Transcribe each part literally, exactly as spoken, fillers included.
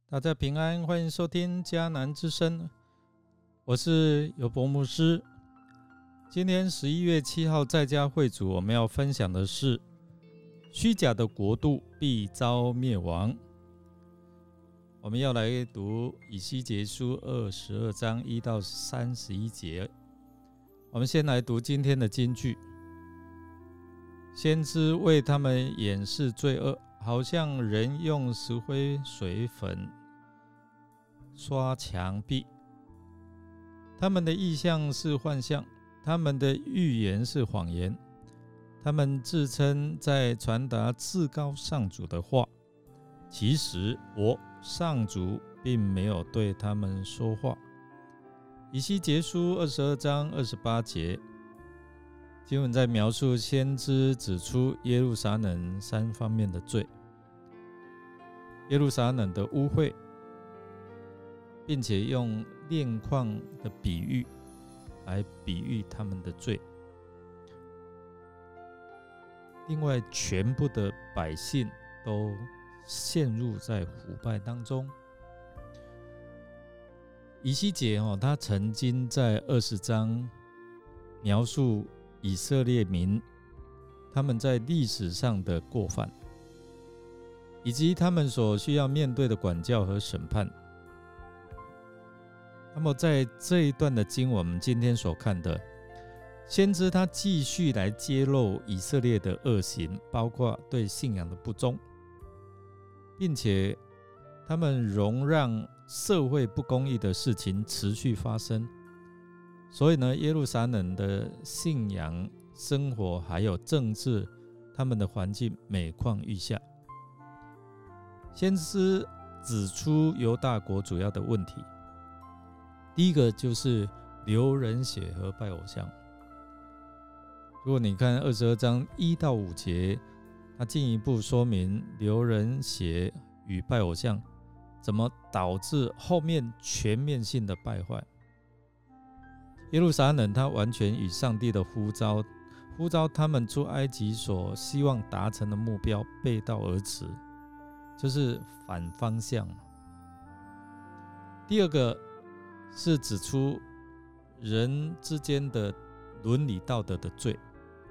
大家平安，欢迎收听迦南之声，我是尤伯牧师。今天十一月七号在家会主，我们要分享的是虚假的国度必遭灭亡。我们要来读以西结书二十二章一到三十一节。我们先来读今天的金句：先知为他们掩饰罪恶，好像人用石灰水粉刷墙壁。他们的意象是幻象，他们的预言是谎言。他们自称在传达至高上主的话，其实我上主并没有对他们说话。以西结书二十二章二十八节，经文在描述先知指出耶路撒冷三方面的罪：耶路撒冷的污秽，并且用炼矿的比喻来比喻他们的罪。另外，全部的百姓都陷入在腐败当中。以西结、哦、他曾经在二十章描述以色列民他们在历史上的过犯，以及他们所需要面对的管教和审判。那么在这一段的经文，我们今天所看的先知他继续来揭露以色列的恶行，包括对信仰的不忠，并且他们容让社会不公义的事情持续发生。所以呢，耶路撒冷的信仰生活还有政治，他们的环境每况愈下。先知指出犹大国主要的问题，第一个就是流人血和拜偶像。如果你看二十二章一到五节，他进一步说明流人血与拜偶像怎么导致后面全面性的败坏。耶路撒冷他完全与上帝的呼召呼召他们出埃及所希望达成的目标背道而驰，就是反方向。第二个是指出人之间的伦理道德的罪。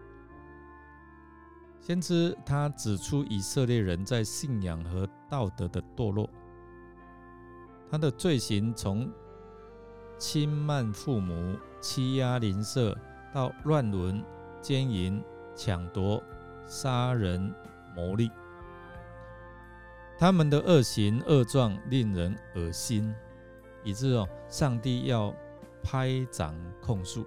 先知他指出以色列人在信仰和道德的堕落，他的罪行从轻慢父母、欺压邻舍，到乱伦、奸淫、抢夺、杀人、谋利。他们的恶行恶状令人恶心，以致、哦、上帝要拍掌控诉。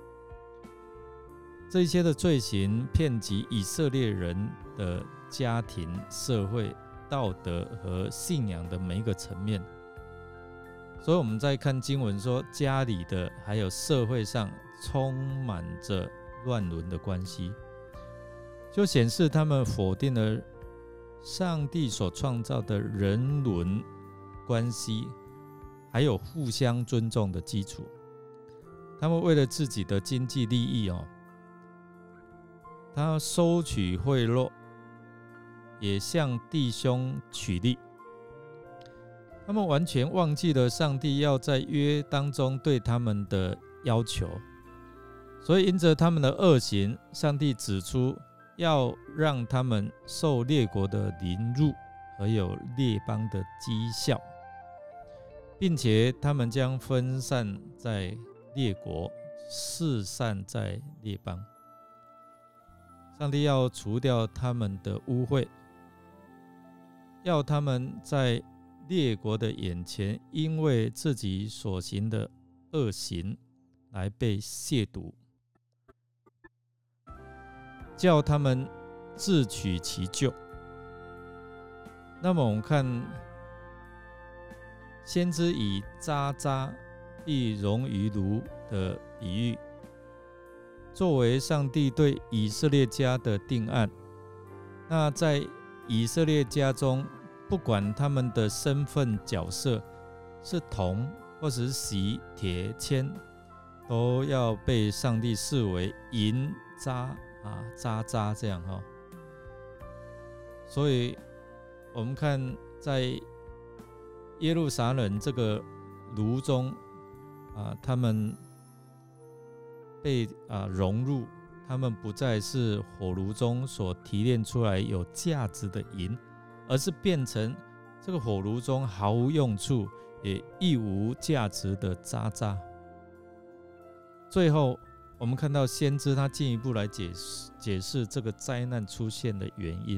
这一些的罪行遍及以色列人的家庭、社会、道德和信仰的每一个层面。所以我们在看经文说，家里的还有社会上充满着乱伦的关系，就显示他们否定了上帝所创造的人伦关系，还有互相尊重的基础。他们为了自己的经济利益、哦、他收取贿赂，也向弟兄取利。他们完全忘记了上帝要在约当中对他们的要求，所以因着他们的恶行，上帝指出要让他们受列国的凌辱和有列邦的讥笑，并且他们将分散在列国，四散在列邦。上帝要除掉他们的污秽，要他们在列国的眼前因为自己所行的恶行来被亵渎，叫他们自取其咎。那么我们看先知以渣渣必溶于炉的比喻，作为上帝对以色列家的定案。那在以色列家中，不管他们的身份角色是铜或是锡、铁、铅，都要被上帝视为银渣啊，渣渣这样、哦、所以我们看在耶路撒冷这个炉中啊，他们被啊融入，他们不再是火炉中所提炼出来有价值的银，而是变成这个火炉中毫无用处也一无价值的渣渣。最后我们看到先知他进一步来解释解释这个灾难出现的原因，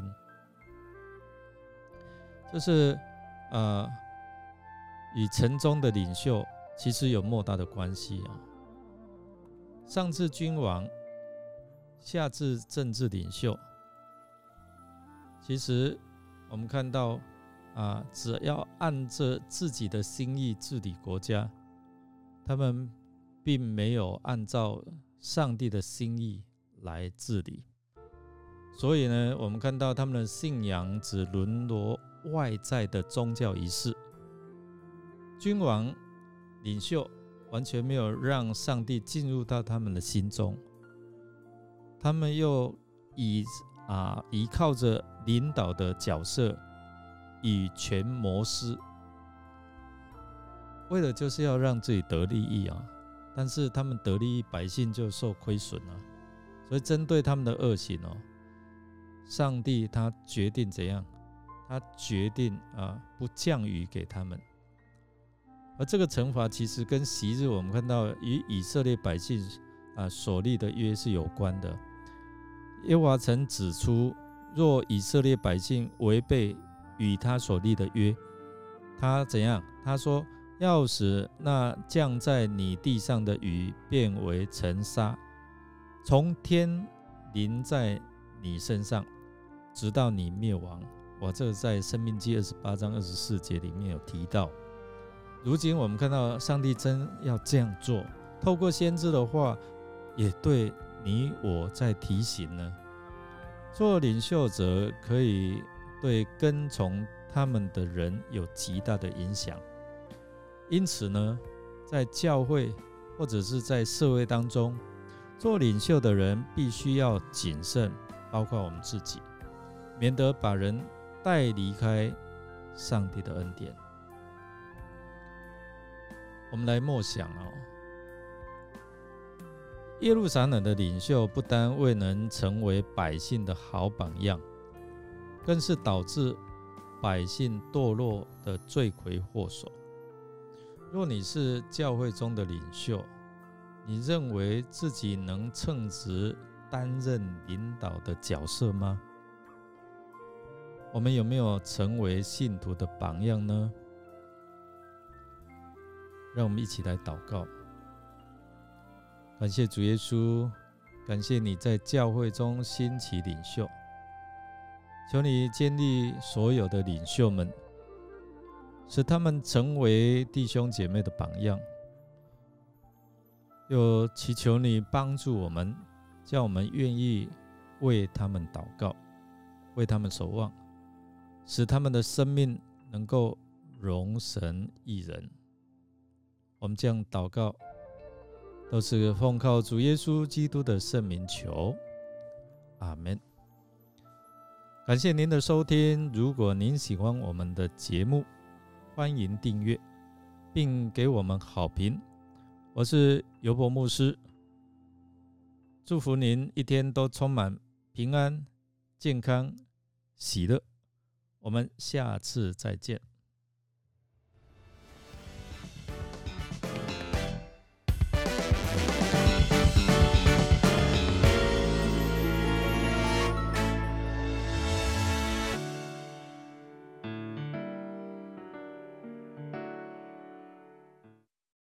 就是呃与城中的领袖其实有莫大的关系啊。上至君王，下至政治领袖，其实我们看到啊，只要按着自己的心意治理国家，他们并没有按照上帝的心意来治理。所以呢，我们看到他们的信仰只沦落外在的宗教仪式，君王领袖完全没有让上帝进入到他们的心中，他们又以啊依靠着领导的角色以权谋私，为了就是要让自己得利益啊，但是他们得利益，百姓就受亏损了。所以针对他们的恶行哦，上帝他决定怎样？他决定啊不降雨给他们。而这个惩罚其实跟昔日我们看到与以色列百姓啊所立的约是有关的。耶和华曾指出，若以色列百姓违背与他所立的约，他怎样？他说要使那降在你地上的雨变为尘沙，从天淋在你身上，直到你灭亡。哇，这个在申命记二十八章二十四节里面有提到。如今我们看到上帝真要这样做，透过先知的话也对你我在提醒呢。做领袖者可以对跟从他们的人有极大的影响，因此呢，在教会或者是在社会当中，做领袖的人必须要谨慎，包括我们自己，免得把人带离开上帝的恩典。我们来默想哦，耶路撒冷的领袖不单未能成为百姓的好榜样，更是导致百姓堕落的罪魁祸首。若你是教会中的领袖，你认为自己能称职担任领导的角色吗？我们有没有成为信徒的榜样呢？让我们一起来祷告。感谢主耶稣，感谢你在教会中兴起领袖，求你建立所有的领袖们，使他们成为弟兄姐妹的榜样，又祈求你帮助我们，叫我们愿意为他们祷告，为他们守望，使他们的生命能够荣神益人。我们这样祷告，都是奉靠主耶稣基督的圣名求，阿们。感谢您的收听，如果您喜欢我们的节目，欢迎订阅并给我们好评。我是尤伯牧师，祝福您一天都充满平安、健康、喜乐。我们下次再见。